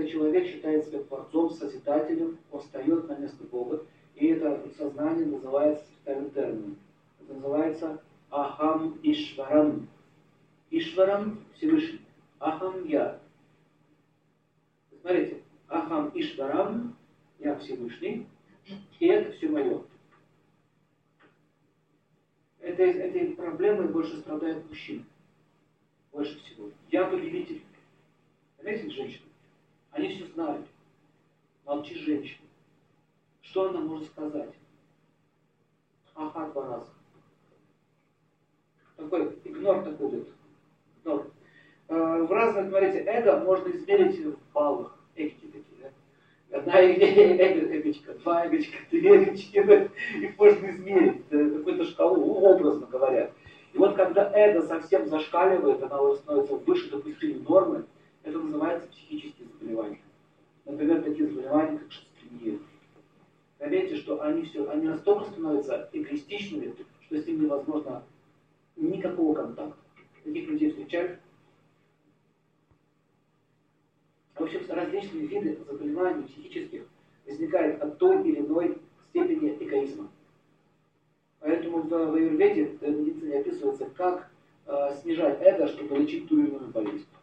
человек считает себя творцом, созидателем, он встает на место Бога, и это сознание называется специальным термином. Это называется Ахам Ишварам. Ишварам – Всевышний. Ахам – Я. Смотрите, Ахам Ишварам – Я Всевышний, и это все мое. Этой проблемой больше страдают мужчины. Больше всего. Я повелитель. Знаете, женщины? Они все знают. Молчи, женщина. Что она может сказать? Ага, 2 раза. Такой игнор такой идет. Игнор. В разных, смотрите, эго можно измерить в баллах. Эгти такие, да? 1 эгочка, 2 эгочка, 3 эгочки. Их можно измерить. Какую-то шкалу, образно говоря. И вот когда эго совсем зашкаливает, она становится выше допустимой нормы, это называется психические заболевания. Например, такие заболевания, как шизофрения. Заметьте, что они настолько становятся эгоистичными, что с ними невозможно никакого контакта. Таких людей встречают. В общем, различные виды заболеваний психических возникают от той или иной степени эгоизма. Поэтому в аюрведе, в медицине описывается, как снижать эго, чтобы лечить ту или иную болезнь.